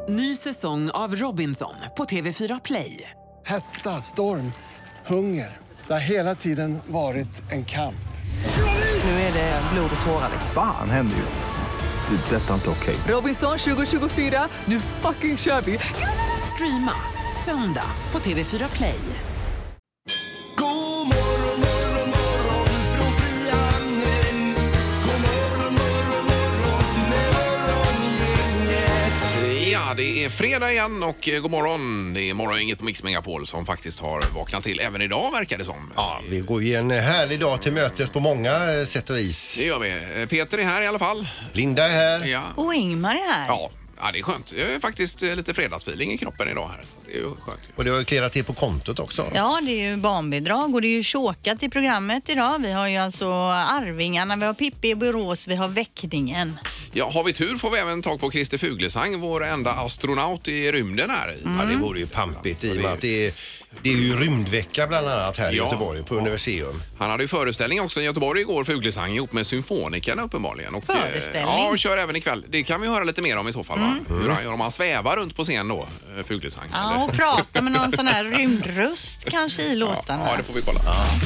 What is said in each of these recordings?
Ny säsong av Robinson på TV4 Play. Hetta, storm, hunger. Det har hela tiden varit en kamp. Nu är det blod och tårar. Fan händer just nu. Det. Detta är inte okej. Robinson 2024, nu fucking kör vi. Streama söndag på TV4 Play. God morgon, morgon, morgon från Frihamnen. God morgon, morgon, morgon med morgongänget. Ja, det är fredag igen och god morgon. Det är morgongänget på Mix Megapol som faktiskt har vaknat till även idag, verkar det som. Ja, vi går ju en härlig dag till mötes på många sätt och vis. Det gör vi. Peter är här i alla fall. Linda är här. Ja, Och Ingmar är här. ja det är skönt. Jag är faktiskt lite fredagsfeeling i kroppen idag här. Det är ju skönt. Och det har klirrat till på kontot också. Ja, det är ju barnbidrag och det är ju chokat i programmet idag. Vi har ju alltså Arvingarna, vi har Pippi i Borås, vi har Väckningen. Ja, har vi tur får vi även tag på Christer Fuglesang, vår enda astronaut i rymden här. Ja, det vore ju pampigt i och med att det är ju rymdvecka bland annat här i Göteborg på Universium. Han hade ju föreställning också i Göteborg igår, Fuglesang, ihop med symfonikerna uppenbarligen. Och, Föreställning? Ja, och kör även ikväll. Det kan vi höra lite mer om i så fall. Va? Hur han gör om han svävar runt på scen då, Fuglesang. Ja, och prata med någon sån här rymdröst kanske i låtarna. Ja, det får vi kolla.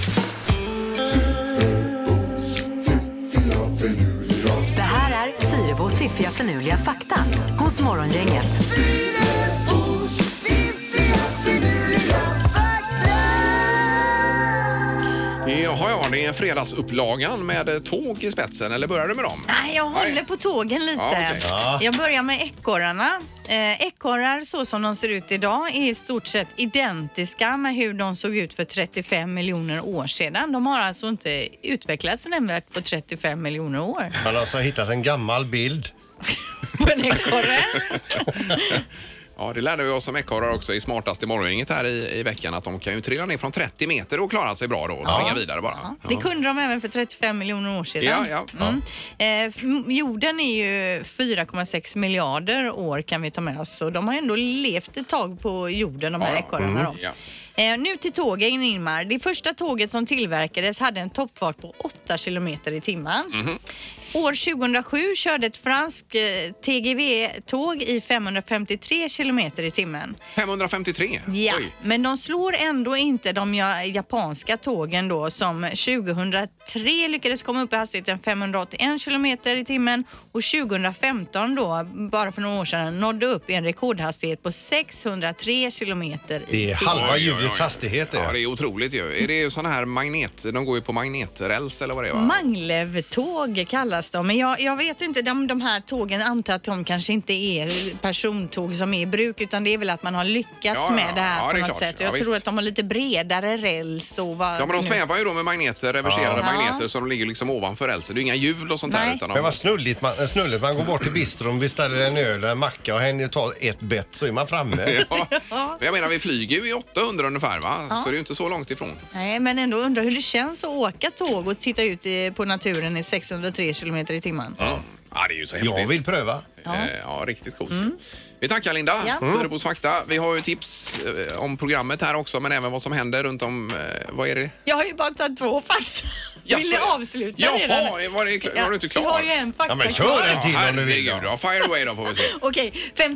Det här är Fyrebos fiffiga förnuliga fakta hos Morgongänget. Fyrebos fiffiga finurliga fakta. Jaha, det är fredagsupplagan med tåg i spetsen. Eller börjar du med dem? Nej, jag håller på tågen lite. Ja, okej. Ja. Jag börjar med ekorrarna. Ekorrar så som de ser ut idag är i stort sett identiska med hur de såg ut för 35 miljoner år sedan. De har alltså inte utvecklats nämnvärt på 35 miljoner år. Man har alltså hittat en gammal bild. På en ekorre. Ja, det lärde vi oss som ekorrar också i smartaste morgongänget här i veckan. Att de kan ju trilla ner från 30 meter och klara sig bra då och springa vidare bara. Ja, det kunde de även för 35 miljoner år sedan. Ja. Jorden är ju 4,6 miljarder år kan vi ta med oss. Och de har ändå levt ett tag på jorden, de här ekorrarna då. Ja. Nu till tågen, Ingmar. Det första tåget som tillverkades hade en toppfart på 8 kilometer i timmen. År 2007 körde ett franskt TGV-tåg i 553 kilometer i timmen. 553? Ja, Oj. men de slår ändå inte de japanska tågen då som 2003 lyckades komma upp i hastigheten 581 kilometer i timmen och 2015 då, bara för några år sedan, nådde upp i en rekordhastighet på 603 kilometer i timmen. Det är halva ljudets hastighet det. Ja, det är otroligt ju. Är det sån här magnet? De går ju på magneträls eller vad det är, va? Maglev-tåg kallas de, men jag vet inte, de här tågen antar att de kanske inte är persontåg som är i bruk, utan det är väl att man har lyckats med det här på det är något klart. sätt. Ja, Jag visst. tror att de har lite bredare räls och vad. Ja, men de svävar ju då med magneter, reverserade Ja. magneter som ligger liksom ovanför rälsen. Det är inga hjul och sånt där. Nej. Utan Men vad snulligt man går bort till bistron, beställer en öl, en macka och hen tar ett bett så är man framme. Ja. Men jag menar, vi flyger ju i 800 ungefär, va? Så det är ju inte så långt ifrån. Nej, men ändå undrar hur det känns att åka tåg och titta ut på naturen i 603 kilometer i timmen. Ja, det är ju så häftigt. Jag vill pröva. Ja, riktigt coolt. Vi tackar Linda Ja. Fyrebos fakta. Vi har ju tips om programmet här också, men även vad som händer runt om. Vad är det? Jag har ju bara tagit 2 fakta. Vill ni avsluta Jaha, redan? var du inte klar? Jag har ju en fakta Ja, men kvar. kör en till om du vill. Herregud, ja, fire away då får vi se. Okej,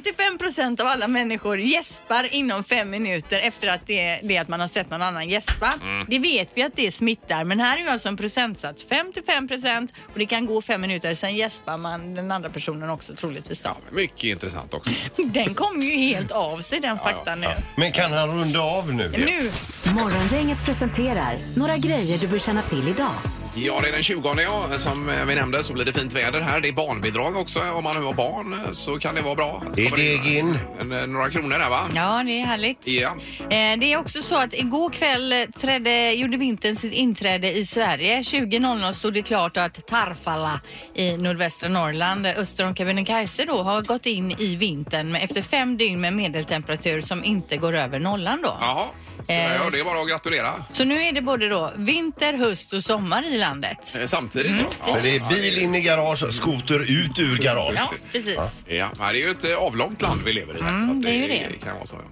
55% av alla människor gäspar inom 5 minuter efter att det är att man har sett någon annan gäspa. Det vet vi att det smittar, men här är ju alltså en procentsats. 55% och det kan gå 5 minuter, sen gäspar man den andra personen också troligtvis då. Mycket intressant också. Den kom ju helt av sig den faktan nu. Men kan han runda av nu? Nu, Morgongänget presenterar några grejer du bör känna till idag. Ja, det är den 20:e, ja. Som vi nämnde så blir det fint väder här. Det är barnbidrag också. Om man nu har barn så kan det vara bra. Det är deg in. Några kronor där, va? ja, det är härligt. Ja. Det är också så att igår kväll gjorde vintern sitt inträde i Sverige. 20.00 stod det klart att Tarfala i nordvästra Norrland, öster om Kebnekaise då, har gått in i vintern efter 5 dygn med medeltemperatur som inte går över nollan då. Jaha, så ja, det är bara att gratulera. Så nu är det både då vinter, höst och sommar i landet. Samtidigt då? Ja. Så det är bil in i garage, skoter ut ur garage. Ja, precis. Ja, det är ju ett avlångt land vi lever i här. Så att det är ju det. kan vara så.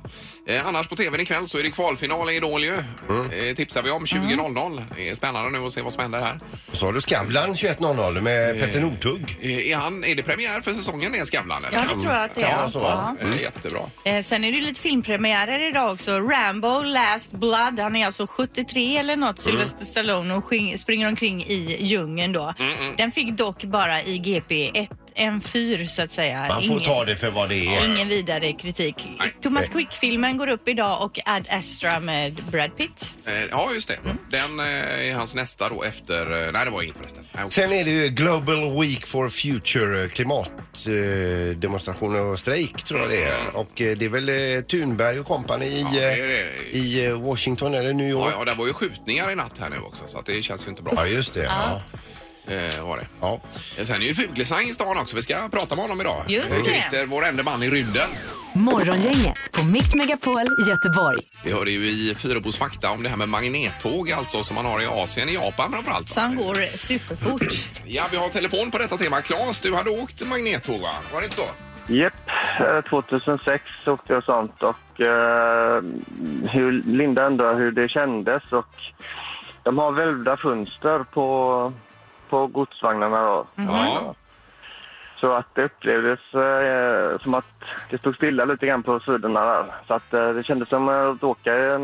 Annars på tvn ikväll så är det kvalfinal i Idol ju. Tipsar vi om 20.00. Det är spännande nu att se vad som händer här. Och så har du Skavlan 21.00 med Petter Northug. Är det premiär för säsongen, det är Skavlan? Eller? Ja, det tror jag att det är. Ja, så. Jättebra. Sen är det ju lite filmpremiärer idag också. Rambo Last Blood. Han är alltså 73 eller något, Sylvester Stallone, och springer omkring i djungeln då. Den fick dock bara i GP en 4 så att säga. Man får ta det för vad det är. Ingen vidare kritik. Thomas Quick-filmen går upp idag och Ad Astra med Brad Pitt. Ja, just det. Den är hans nästa då efter... nej, det var inget förresten. Sen är det ju Global Week for Future, klimatdemonstrationer och strejk tror jag det är. Och det är väl Thunberg och company i Washington eller New York. Ja, det var ju skjutningar i natt här nu också, så att det känns ju inte bra. Ja, just det. Ja. Var det. Ja. Sen är ju Fuglesang i stan också. Vi ska prata med honom idag. Just det. Christer, vår enda man i rymden. Morgongänget på Mix Megapol Göteborg. Vi hörde ju i Fyrebos fakta om det här med magnettåg alltså som man har i Asien, i Japan framförallt. Som går superfort. Ja, vi har telefon på detta tema. Claes, du hade åkt magnettåg, va? Var det inte så? Japp, 2006 åkte jag sånt och Linda undrar hur det kändes och de har välvda fönster på godsvagnarna då. Ja. Så att det upplevdes som att det stod stilla lite grann på sidorna där. Så att det kändes som att åka i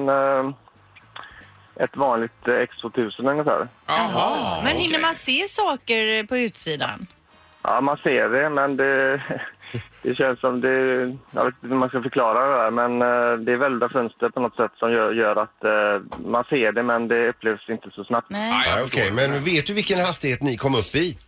ett vanligt X2000 ungefär. Jaha, Men hinner man se saker på utsidan? Ja, man ser det, men det känns som det... Jag vet inte hur man ska förklara det där, men det är väldigt fönster på något sätt som gör att man ser det, men det upplevs inte så snabbt. Nej, Okej, men vet du vilken hastighet ni kom upp i?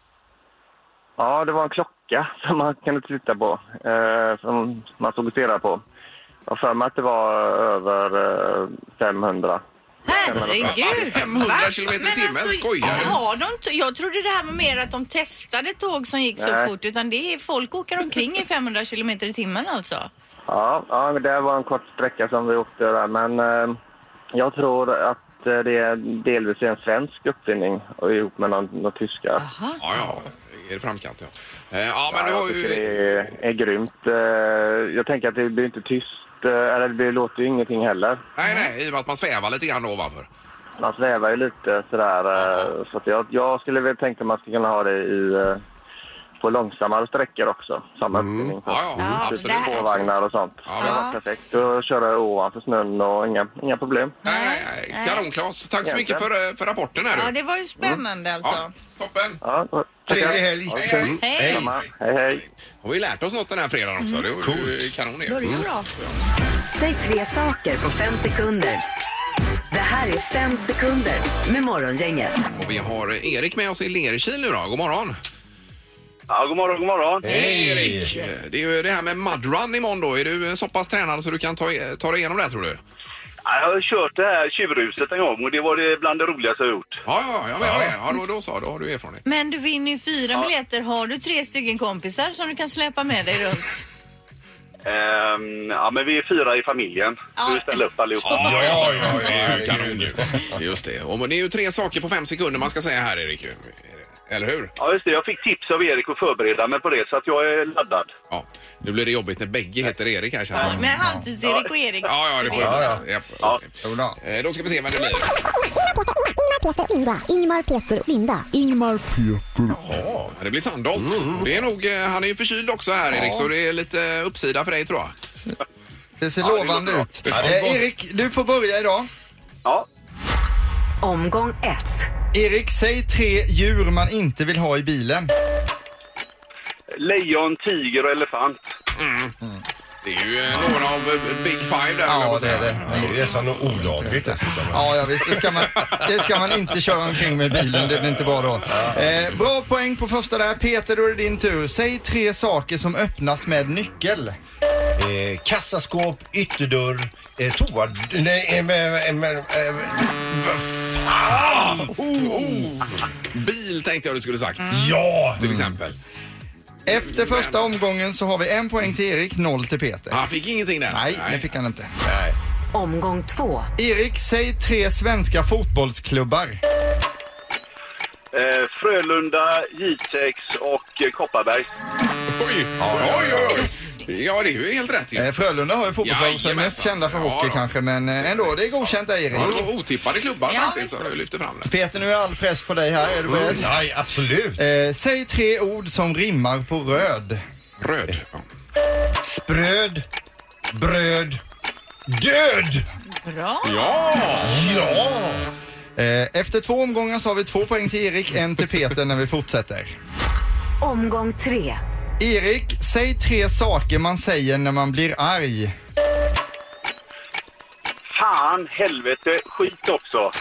Ja, det var en klocka som man kunde titta på, som man såg och på. Jag för mig att det var över 500. Herregud! 500 kilometer i timmen, skojar du? Jag trodde det här var mer att de testade tåg som gick så fort, utan det är folk åker omkring i 500 kilometer i timmen alltså. Ja, det var en kort sträcka som vi åkte där, men jag tror att det är delvis en svensk uppfinning och ihop med några tyskar. Ja, är det framkant, ja. Ja, men det var ju... Det är grymt. Jag tänker att det blir inte tyst, eller det låter ju ingenting heller. Nej, i och med att man svävar lite grann ovanför. Man svävar ju lite sådär, så att jag skulle väl tänka att man skulle kunna ha det på långsammare sträckor också. Samma uppfinning. Absolut. Spårvagnar och sånt. Ja, det var perfekt att köra ovanför snön och inga problem. Nej. Kanon, Claes. Tack så mycket för rapporten här. Ja, det var ju spännande alltså. Ja, toppen. Ja, Trevlig helg. Hej. Hej. Har vi lärt oss något den här fredagen också? Det var ju kanon. Börjar bra. Säg 3 saker på 5 sekunder. Det här är 5 sekunder med Morgongänget. Och vi har Erik med oss i Lerkil nu då. God morgon. Ja, god morgon. Hej Erik. Det är ju det här med mudrun imorgon då. Är du så pass tränad så du kan ta dig igenom det, tror du? Jag har kört det här tjurhuset en gång och det var det bland det roligaste jag gjort. Ja, jag menar det. Ja, då har du erfarenhet. Men du vinner ju 4 biljetter. Har du 3 stycken kompisar som du kan släppa med dig runt? Ja, men vi är 4 i familjen. Så vi ställer upp allihopa. Ja. Det är ju kanon ju. Just det. Och det är ju 3 saker på 5 sekunder man ska säga här, Erik. Eller hur? Ja, just det. Jag fick tips av Erik att förbereda mig på det, så att jag är laddad. Ja, nu blir det jobbigt när bägge heter Erik här. Ja, men halvtids-Erik och Erik. Ja, det får jag. Ja. Då ska vi se vad det blir. Ingmar, Peter och Linda. Ja, det blir Sandholt. Det är nog, han är ju förkyld också här, Erik, så det är lite uppsida för dig, tror jag. Det ser lovande ut. Erik, du får börja idag. Ja. Omgång 1. Erik, säg 3 djur man inte vill ha i bilen. Lejon, tiger och elefant. Det är ju några av Big Five där. Ja, det är det. Det är nästan olagligt dessutom. Ja, visst. Det ska man inte köra omkring med bilen. Det blir inte bra då. Bra poäng på första där. Peter, då är det din tur. Säg 3 saker som öppnas med nyckel. Kassaskåp, ytterdörr, toa... Bil tänkte jag du skulle sagt. Ja! Till exempel. Efter första omgången så har vi 1 poäng till Erik, 0 till Peter. Han fick ingenting där. Nej, det fick han inte. Nej. Omgång 2. Erik, säg 3 svenska fotbollsklubbar. Frölunda, J6 och Kopparberg. Oj. Ja, det är ju helt rätt ju. Frölunda har ju fotbollslag som är mest kända för hockey kanske, men ändå, det är godkänt där, Erik. Ja, det var otippade klubbar faktiskt, så du lyfter fram det. Peter, nu är all press på dig här. Är du beredd? Nej, absolut. Säg 3 ord som rimmar på röd. Röd. Ja. Spröd, bröd, död. Bra. Ja! Efter 2 omgångar så har vi 2 poäng till Erik, 1 till Peter när vi fortsätter. Omgång 3. Erik, säg 3 saker man säger när man blir arg. Fan, helvete, skit också.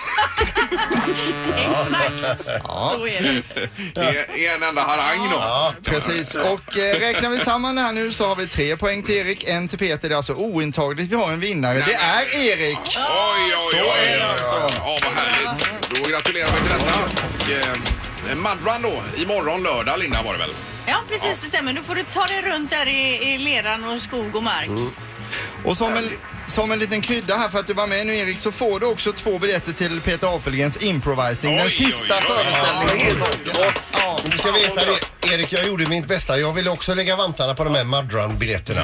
Exakt. Så är det. Det är en enda harang då. Ja, precis. Och räknar vi samman det här nu så har vi 3 poäng till Erik, 1 till Peter. Det är alltså ointagligt. Vi har en vinnare. Det är Erik. Oj. Så är det alltså. Ja, vad härligt. Då gratulerar vi till detta. Och Mudrun då, imorgon lördag, Linda, var det väl? Ja, precis, det stämmer. Då får du ta dig runt där i leran och skog och mark. Och som en liten krydda här för att du var med nu, Erik, så får du också 2 biljetter till Peter Apelgrens improvising. Den sista föreställningen. Ja, du ska veta det, Erik, jag gjorde mitt bästa. Jag ville också lägga vantarna på de här Mudrun-biljetterna.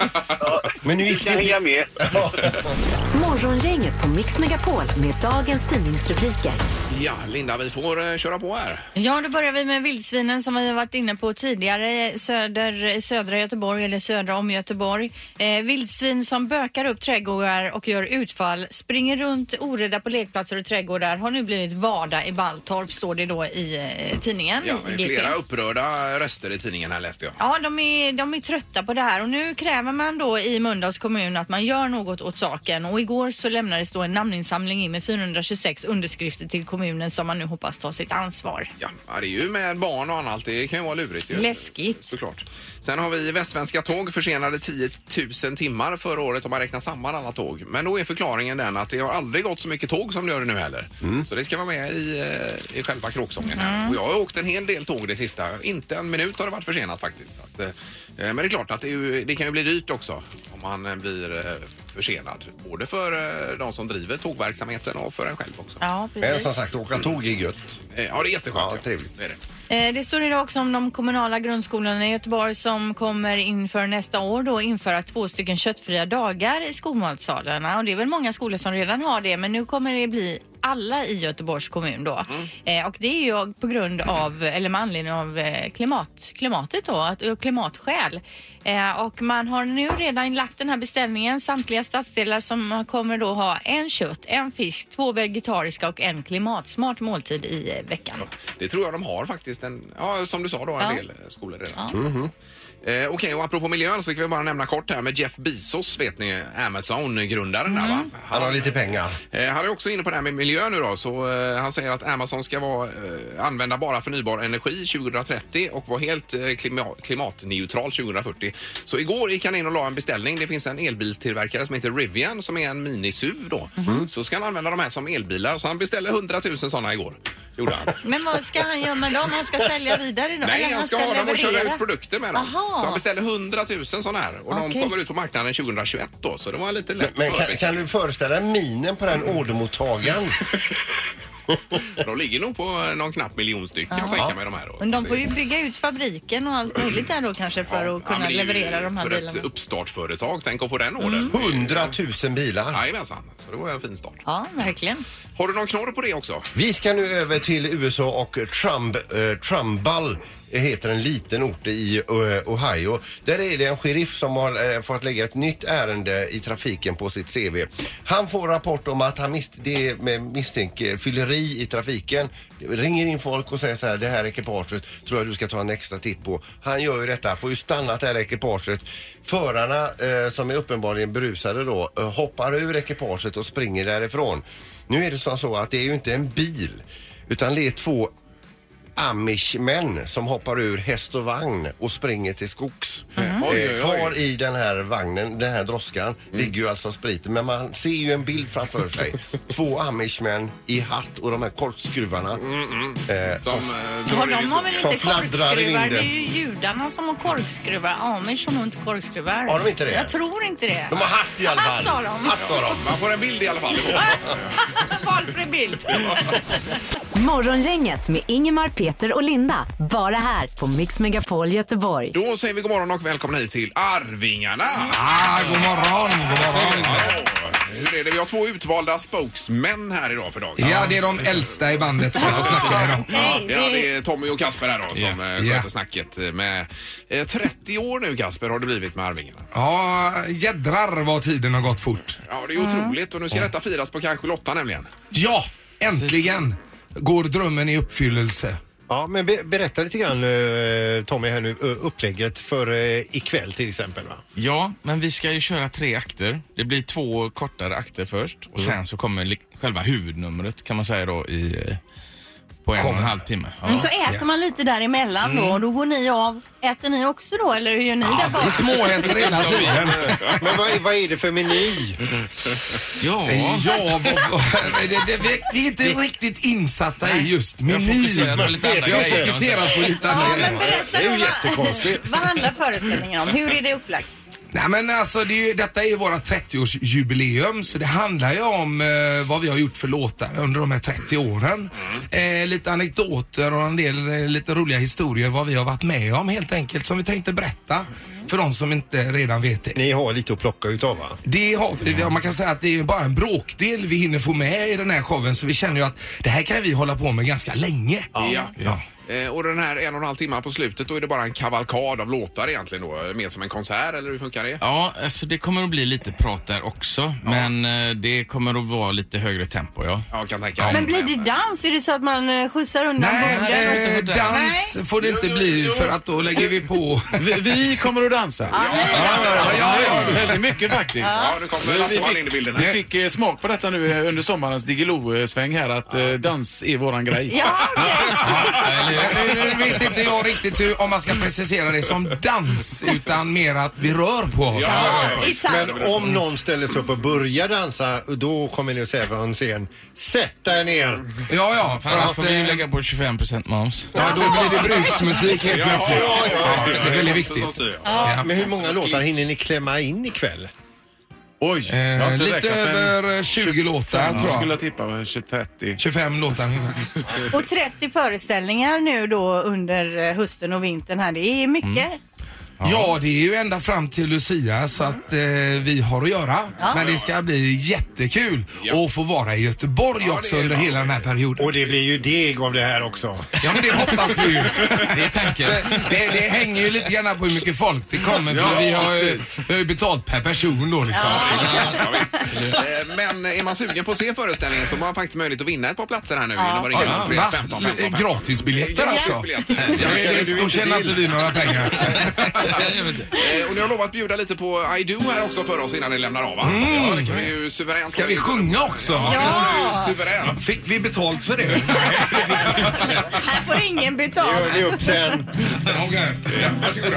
Men nu gick det inte. Hänga med. Morgongänget på Mix Megapol med dagens tidningsrubriker. Ja, Linda, vi får köra på här. Ja, då börjar vi med vildsvinen som vi har varit inne på tidigare. Södra Göteborg eller södra om Göteborg. Vildsvin som bökar upp trädgårdar och gör utfall, springer runt orädda på lekplatser och trädgårdar, har nu blivit vardag i Balltorp, står det då i tidningen. Ja, men flera upprörda röster i tidningen här, läste jag. Ja, de är trötta på det här och nu kräver man då i Mölndals kommun att man gör något åt saken, och igår så lämnades då en namninsamling in med 426 underskrifter till kommunen som man nu hoppas ta sitt ansvar. Ja, det är ju med barn och annat, det kan ju vara lurigt ju. Läskigt. Såklart. Sen har vi Västsvenska tåg försenade 10 000 timmar förra året om man räknar samman alla tåg. Men då är förklaringen den att det har aldrig gått så mycket tåg som det gör nu heller. Så det ska vara med i själva kråksången här. Och jag har åkt en hel del tåg det sista. Inte en minut har det varit försenat faktiskt. Så att, men det är klart att det kan ju bli dyrt också om man blir försenad. Både för de som driver tågverksamheten och för en själv också. Ja, precis. Men som sagt, åka tåg är gött. Ja, det är jätteskönt. Ja, trevligt. Det är det. Det står idag också om de kommunala grundskolorna i Göteborg som kommer inför nästa år då införa 2 stycken köttfria dagar i skolmatsalarna. Och det är väl många skolor som redan har det, men nu kommer det bli alla i Göteborgs kommun då. Och det är ju på grund av, eller med anledning av klimatet då, klimatskäl. Och man har nu redan lagt den här beställningen, samtliga stadsdelar som kommer då ha en kött, en fisk, 2 vegetariska och en klimatsmart måltid i veckan. Det tror jag de har faktiskt, som du sa då, en del skolor redan. Okej, och apropå miljön så kan vi bara nämna kort här med Jeff Bezos, vet ni, Amazon-grundaren där, va? Han har lite pengar. Han är också inne på det här med miljö nu då, så han säger att Amazon ska använda bara förnybar energi 2030 och vara helt klimatneutral 2040. Så igår gick han in och la en beställning. Det finns en elbilstillverkare som heter Rivian som är en mini-SUV då. Så ska han använda de här som elbilar, så han beställde 100 000 sådana igår. Gjorde han. Men vad ska han göra med dem? Han ska sälja vidare då? Nej, eller han ska ha dem och köra ut produkter med dem. Aha. Så han beställde 100 000 sådana här och de kommer ut på marknaden 2021 då, så det var lite lätt. Men kan du föreställa minen på den ordermottagaren? De ligger nog på någon knapp miljon stycken, jag tänker mig de här då. Men de får ju bygga ut fabriken och allt möjligt där då kanske för att kunna leverera de här bilarna. För ett uppstartsföretag, tänk att få den ordern. 100 000 bilar. Jajamensan, så det var en fin start. Ja, verkligen. Har du någon knorr på det också? Vi ska nu över till USA och Trumbull heter en liten ort i Ohio. Där är det en sheriff som har fått lägga ett nytt ärende i trafiken på sitt CV. Han får rapport om att han misstänker fylleri i trafiken. Ringer in folk och säger så här: det här ekipaget tror jag du ska ta en extra titt på. Han gör ju detta, får ju stanna det här ekipaget. Förarna som är uppenbarligen berusade då hoppar ur ekipaget och springer därifrån. Nu är det så att det är ju inte en bil utan det är 2 Amish-män som hoppar ur häst och vagn och springer till skogs. Kvar i den här vagnen, den här droskan, ligger ju alltså spriten. Men man ser ju en bild framför sig. 2 Amish-män i hatt och de här korkskruvarna. De har väl inte korkskruvar? Det är ju judarna som har korkskruvar. Amish har nog inte korkskruvar. Har de inte det? Jag tror inte det. De har hatt i alla fall. Hatt har de. Man får en bild i alla fall. Valfri bild. Morgongänget med Ingemar, Peter och Linda. Bara här på Mix Megapol Göteborg. Då säger vi god morgon och välkomna hit till Arvingarna. God morgon, god morgon. Hur är det? Vi har 2 utvalda spokesmän här idag för dagen. Ja, det är de äldsta i bandet som får snacka idag. Ja, det är Tommy och Kasper här då som sköter snacket med 30 år nu. Kasper, har det blivit med Arvingarna? Ja, jädrar vad tiden har gått fort. Ja, det är otroligt och nu ska detta firas på kanske Lotta nämligen. Ja, äntligen går drömmen i uppfyllelse. Ja, men berätta lite grann Tommy här nu, upplägget för ikväll till exempel va? Ja, men vi ska ju köra 3 akter. Det blir 2 kortare akter först och sen så kommer själva huvudnumret kan man säga då på 1,5 timme. Ja. Så äter man lite däremellan då och då går ni av. Äter ni också då eller hur gör ni där bak? Det är småäter hela tiden. Men vad är det för meny? Vi är inte riktigt insatta i just menyn. Vi har fokuserat på lite andra grejer. Det är ju jättekonstigt. Vad handlar föreställningen om? Hur är det upplagt? Nej men alltså detta är ju våra 30-årsjubileum så det handlar ju om vad vi har gjort för låtar under de här 30 åren. Lite anekdoter och en del lite roliga historier vad vi har varit med om helt enkelt som vi tänkte berätta för de som inte redan vet det. Ni har lite att plocka utav va? Det har vi. Man kan säga att det är bara en bråkdel vi hinner få med i den här showen så vi känner ju att det här kan vi hålla på med ganska länge. Ja. Och den här 1,5 timmar på slutet, då är det bara en kavalkad av låtar egentligen då, mer som en konsert eller hur funkar det? Ja, alltså det kommer att bli lite prat där också, men det kommer att vara lite högre tempo, ja. Ja, kan tänka. Men blir det dans? Är det så att man skjutsar undan borden? Nej, dans får det inte bli för att då lägger vi på. Vi kommer att dansa. Ja, väldigt mycket faktiskt. Ja, nu kommer Lasse in i bilden här. Vi fick smak på detta nu under sommarens Diggiloo-sväng här att dans är våran grej. Ja, Nu vet inte jag riktigt om man ska precisera det som dans utan mer att vi rör på oss. Men om någon ställer sig upp och börjar dansa då kommer ni att säga från scen sätt dig ner. Ja, för att får vi lägga på 25% moms. Ja, då blir det bruksmusik helt plötsligt. Det är väldigt viktigt. Men hur många låtar hinner ni klämma in ikväll? Oj, lite över 20 låtar tror jag. Skulle jag tippa 30. 25 låtar. Och 30 föreställningar nu då under hösten och vintern här. Det är mycket. Ja, det är ju ända fram till Lucia så att vi har att göra. Ja. Men det ska bli jättekul att få vara i Göteborg också under hela den här perioden. Och det blir ju deg av det här också. Ja, men det hoppas vi ju. Det är tanken. Det hänger ju lite grann på hur mycket folk det kommer. För vi har ju betalt per person då liksom. Men är man sugen på att se föreställningen så har man faktiskt möjlighet att vinna ett par platser här nu. Gratisbiljetter alltså. Då tjänar inte vi några pengar. Och ni har lovat bjuda lite på I Do här också för oss innan ni lämnar av va? Ja, det kan vi ju suveränt. Ska vi sjunga också? Ja, suveränt. Fick vi betalt för det? Här får ingen betalt. Gör det upp sen. Okej, varsågoda.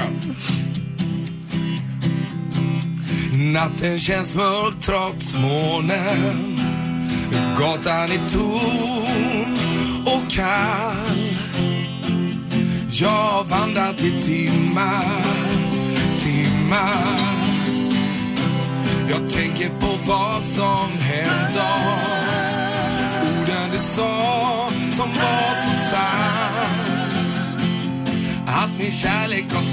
Natten känns mörk trots månen. Gatan är tom och kall. Jag har vandrat i timmar. Jag tänker på vad som hänt oss. Orden du sa som var så sant. Att min kärlek har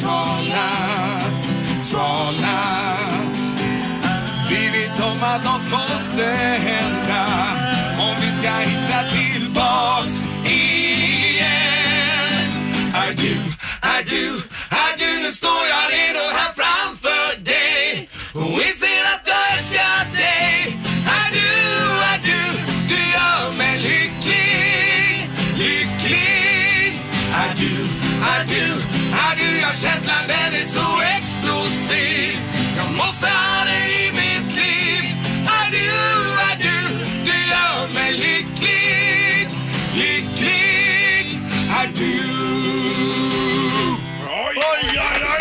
svalnat. Vi vet om att något måste hända om vi ska hitta tillbaks igen. I do, nu står jag redo här framför dig och inser att jag älskar dig. I do, du gör mig lycklig. I do, ja känslan den är så explosiv. Jag måste ha dig i mitt liv. I do, du gör mig lycklig. I do. Oj.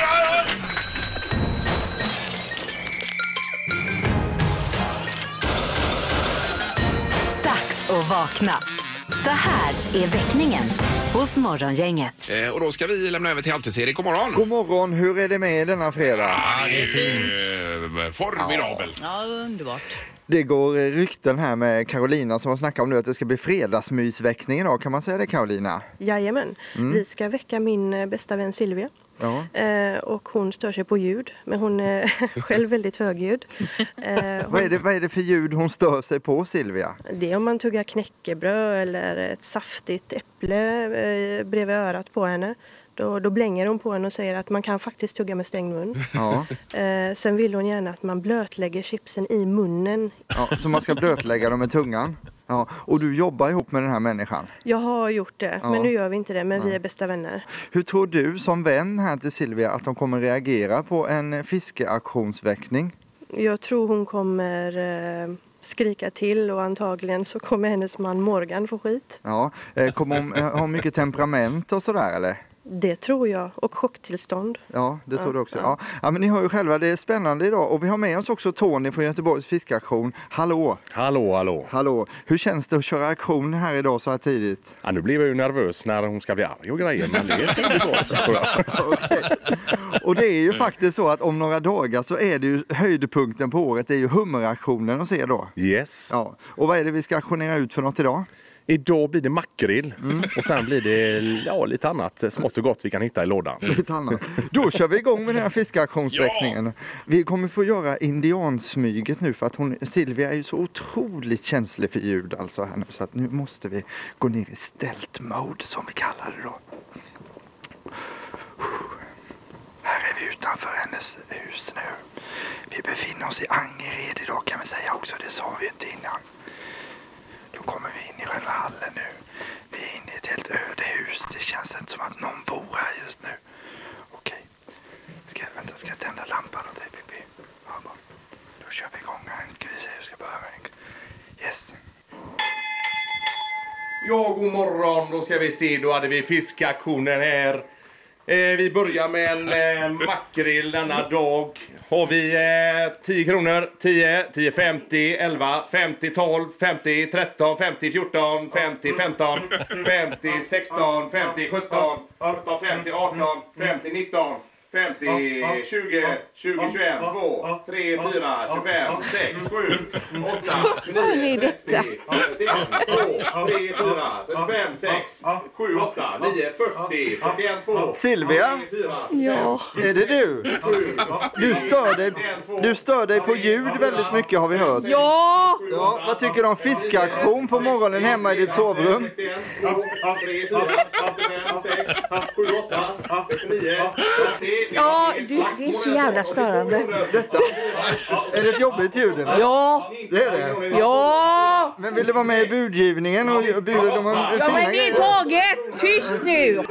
Dags att vakna. Det här är väckningen hos Morgongänget. Och då ska vi lämna över till Halvtids-Erik. God morgon. God morgon, hur är det med denna fredag? Ja, det är fint. Formidabelt. Ja, underbart. Det går rykten här med Carolina som har snackat om nu att det ska bli fredagsmysväckning idag. Kan man säga det, Carolina? Jajamän. Vi ska väcka min bästa vän Silvia. Ja. Och hon stör sig på ljud, men hon är själv väldigt högljudd. Vad är det för ljud hon stör sig på, Silvia? Det är om man tuggar knäckebröd eller ett saftigt äpple bredvid örat på henne. Då blänger hon på henne och säger att man kan faktiskt tugga med stängd mun. Ja. Sen vill hon gärna att man blötlägger chipsen i munnen. Ja, så man ska blötlägga dem med tungan? Ja. Och du jobbar ihop med den här människan? Jag har gjort det, men nu gör vi inte det. Men vi är bästa vänner. Hur tror du som vän här till Silvia att de kommer reagera på en fiskeaktionsväckning? Jag tror hon kommer skrika till och antagligen så kommer hennes man Morgan få skit. Ja. Kommer hon ha mycket temperament och sådär eller? Det tror jag. Och chocktillstånd. Ja, det tror du också. Ja, men ni hör ju själva, det är spännande idag. Och vi har med oss också Tony från Göteborgs fiskaktion. Hallå! Hallå! Hur känns det att köra aktion här idag så här tidigt? Ja, nu blir jag ju nervös när hon ska bli arg och grejer, men det är bra, tror jag. Okay. Och det är ju faktiskt så att om några dagar så är det ju höjdpunkten på året. Det är ju hummeraktionen att se då. Yes. Ja. Och vad är det vi ska aktionera ut för något idag? Idag blir det makrill och sen blir det lite annat smått och gott vi kan hitta i lådan. Lite annat. Då kör vi igång med den här fiskaktionsväckningen. Ja. Vi kommer få göra indiansmyget nu för att Silvia är ju så otroligt känslig för ljud alltså här nu, så att nu måste vi gå ner i stealth mode som vi kallar det då. Här är vi utanför hennes hus nu. Vi befinner oss i Angered idag kan vi säga också, det sa vi inte innan. Då kommer vi in i själva hallen nu. Vi är inne i ett helt öde hus. Det känns inte som att någon bor här just nu. Okej. Ska jag tända lampan åt dig, Pippi? Ja, bra. Då kör vi igång här. Ska vi se hur jag ska börja med den. Yes. Ja, god morgon. Då ska vi se. Då hade vi fiskaktionen här. Vi börjar med en makrill denna dag. Har vi 10 kronor, 10, 10, 50, 11, 50, 12, 50, 13, 50, 14, 50, 15, 50, 16, 50, 17, 17, 50, 18, 50, 19, 50, 20, 20, 21, 2, 3, 4, 25, 6, 7, 8, 9, 30, 31, 2, 3, 4, 5, 6, 7, 8, 9, 40, 41, 2. Silvia? Ja. Är det du? Du stör dig på ljud väldigt mycket har vi hört. Ja! Ja, vad tycker du om fiskaktion på morgonen hemma i ditt sovrum? 3, 4, 5, 6, 7, 8, 69, 80. Ja, det är så jävla störande. Detta. Är det ett jobbigt ljud? Eller? Ja! Det är det? Ja! Men vill du vara med i budgivningen och bjuda dem en fina Ja, men det är taget! Tyst nu!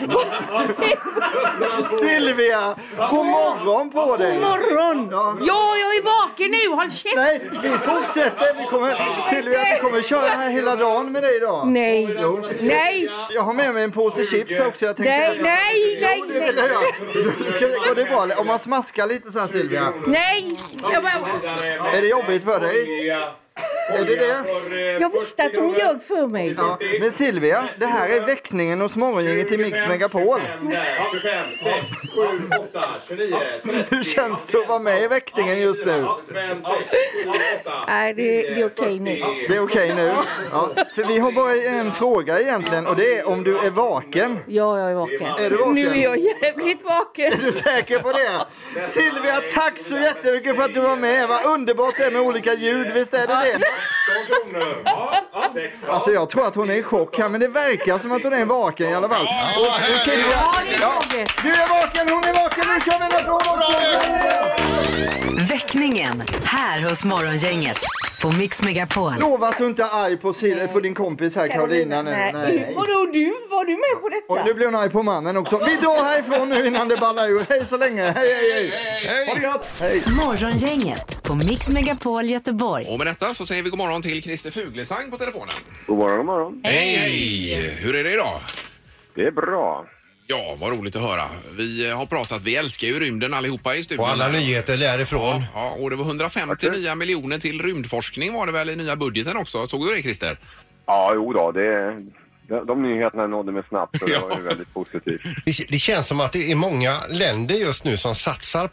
Silvia, god morgon på dig! God morgon! Ja. Ja, jag är vaken nu, håll käft! Nej, vi fortsätter. Silvia, vi kommer köra här hela dagen med dig idag. Nej, Jo. nej! Jag har med mig en påse chips också. Jag tänkte Nej. Går det bra? Om man smaskar lite så här, Silvia. Nej! Är det jobbigt för dig? Är det det? Jag visste att hon ljög för mig. Ja. Men Silvia, det här är väckningen hos morgongänget i Mix Megapol. 25, 6, 7, 8, 29, 30. Hur känns det att vara med i väckningen just nu? 5, 6, 7, 8. Nej, det är okej nu. Det är okej nu. Ja, för vi har bara en fråga egentligen och det är om du är vaken. Ja, jag är vaken. Är du vaken? Nu är jag jävligt vaken. Är du säker på det? Silvia, tack så jättemycket för att du var med. Vad underbart det är med olika ljud. Visst är det det? 16 kronor. Alltså jag tror att hon är i chock här, men det verkar som att hon är vaken i alla fall. Och Silvia, du är vaken, hon är vaken. Nu kör vi en applåd också. Väckningen här hos morgongänget på Mix Megapol. Lova att du inte är arg på din kompis här, Carolina. Nej. Vadå, var du med på detta? Och nu blir hon arg på mannen också. Vi drar härifrån nu innan det ballar ur. Hej så länge. Hej. Ha det gott. Hej. Morgongänget på Mix Megapol Göteborg. Och med detta så säger vi god morgon till Christer Fuglesang på telefonen. God morgon. Hej! Hur är det idag? Det är bra. Ja, vad roligt att höra. Vi har pratat, vi älskar ju rymden allihopa i studion. Och alla nyheter därifrån. Ja, och det var 150 nya miljoner till rymdforskning var det väl i nya budgeten också. Såg du det, Christer? Ja, jo då, det De nyheterna nådde mig snabbt så det var ju väldigt positivt. Det känns som att det är många länder just nu som satsar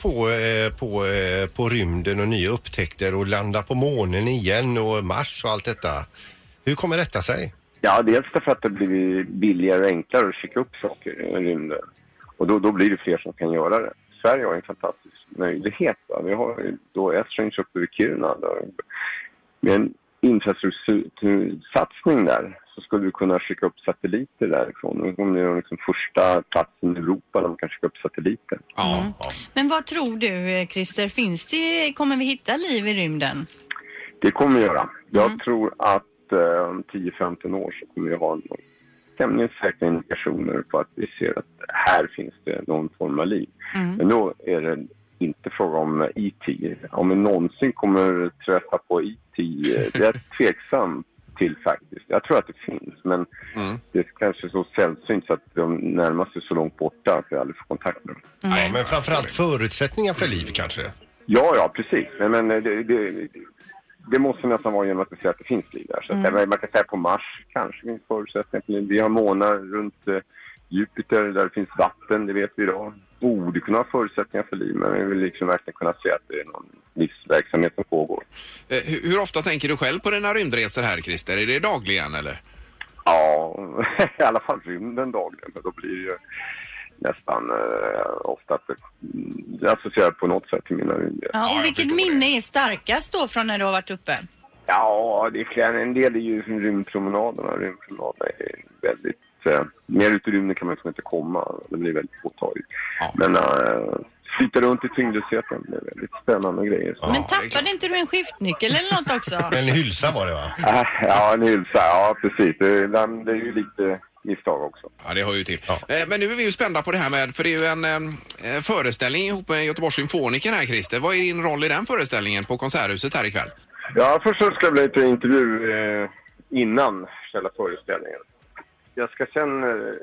på rymden och nya upptäckter och landar på månen igen och Mars och allt detta. Hur kommer detta sig? Ja, dels därför att det blir billigare och enklare att skicka upp saker i rymden. Och då blir det fler som kan göra det. Sverige har en fantastisk möjlighet. Va? Vi har då Esrange uppe vid Kiruna. Med en infrastruktursatsning där så skulle vi kunna skicka upp satelliter därifrån. Det är liksom första platsen i Europa där man kan skicka upp satelliter. Mm. Men vad tror du, Christer? Kommer vi hitta liv i rymden? Det kommer vi göra. Jag tror att om 10-15 år så kommer vi ha tämligen säkra indikationer på att vi ser att här finns det någon form av liv. Men då är det inte fråga om E.T. Om vi någonsin kommer träffa på E.T. det är tveksam till faktiskt. Jag tror att det finns, men det är kanske så sällsynt så att de närmar sig så långt borta att vi aldrig får kontakt med dem. Ja, men framförallt förutsättningar för liv kanske? Ja, precis. Men det måste nästan vara genom att vi ser att det finns liv där. Så att man kan säga på Mars kanske finns förutsättningar för liv. Vi har månar runt Jupiter där det finns vatten, det vet vi idag. Borde kunna ha förutsättningar för liv, men vi vill liksom verkligen kunna se att det är någon livsverksamhet som pågår. Hur ofta tänker du själv på dina rymdresor här, Christer? Är det dagligen eller? Ja, i alla fall rymden dagligen. Men då blir det ju nästan ofta att jag associerar på något sätt till mina rymdresor. Ja, och vilket minne är starkast då från när du har varit uppe? Ja, det är flera. En del är ju rymdpromenaderna. Rymdpromenaderna är väldigt... mer ut i rymden kan man inte komma. Det blir väldigt påtagligt. Ja. Men flytta runt i tyngdlösheten. Det är väldigt spännande grejer. Ja, men tappade inte du en skiftnyckel eller något också? En hylsa var det, va? Ja, en hylsa. Ja, precis. Det är ju lite misstag också. Ja, det hör ju till. Ja. Men nu är vi ju spända på det här med, för det är ju en föreställning ihop med Göteborgs Symfoniker här, Christer. Vad är din roll i den föreställningen på Konserthuset här ikväll? Ja, först så ska det bli lite intervju innan själva föreställningen. Jag ska sen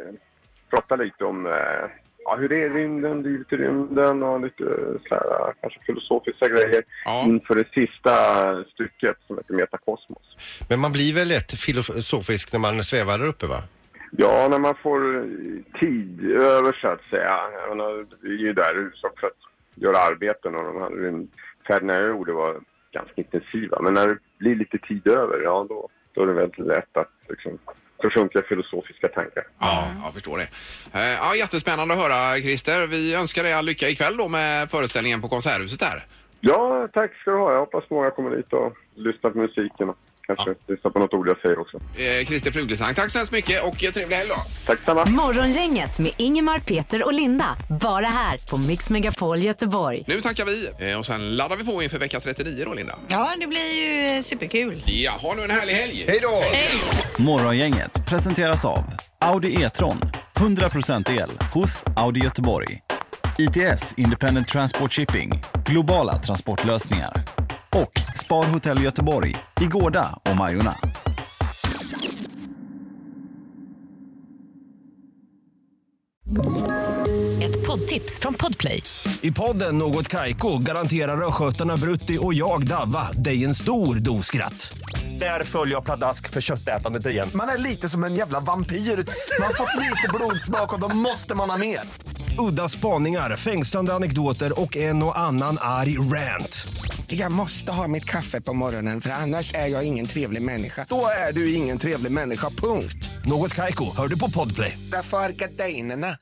prata lite om hur det är rymden, livet i rymden och lite så här, kanske filosofiska grejer inför det sista stycket som heter Metakosmos. Men man blir väl lätt filosofisk när man svävar där uppe, va? Ja, när man får tid över så att säga. Vi är ju där för att göra arbeten och de här rymdfärderna jag gjorde var ganska intensiva. Men när det blir lite tid över, då är det väldigt lätt att liksom försjunka filosofiska tankar. Ja, jag förstår det. Ja, jättespännande att höra, Christer. Vi önskar dig all lycka ikväll då med föreställningen på Konserthuset här. Ja, tack ska du ha. Jag hoppas många kommer dit och lyssnar på musiken och kanske lyssnar på något ord jag säger också. Christer Fuglesang, tack så hemskt mycket och trevlig helg då. Tack samma. Morgongänget med Ingemar, Peter och Linda. Bara här på Mix Megapol Göteborg. Nu tackar vi och sen laddar vi på inför vecka 39 då, Linda. Ja, det blir ju superkul. Ja, ha nu en härlig helg. Hej då! Hej! Morgongänget presenteras av Audi E-tron. 100% el hos Audi Göteborg. ITS Independent Transport Shipping. Globala transportlösningar. Och Spar Hotel Göteborg i Gårda och Majorna. Ett poddtips från Podplay. I podden Något Kaiko garanterar röskötarna Brutti och jag Davva dig en stor doskratt. Där följer jag pladask för köttätandet igen. Man är lite som en jävla vampyr. Man har fått lite blodsmak och då måste man ha mer. Udda spaningar, fängslande anekdoter och en och annan arg rant. Jag måste ha mitt kaffe på morgonen för annars är jag ingen trevlig människa. Då är du ingen trevlig människa, punkt. Något Kaiko, hör du på Podplay. Därför är gardinerna.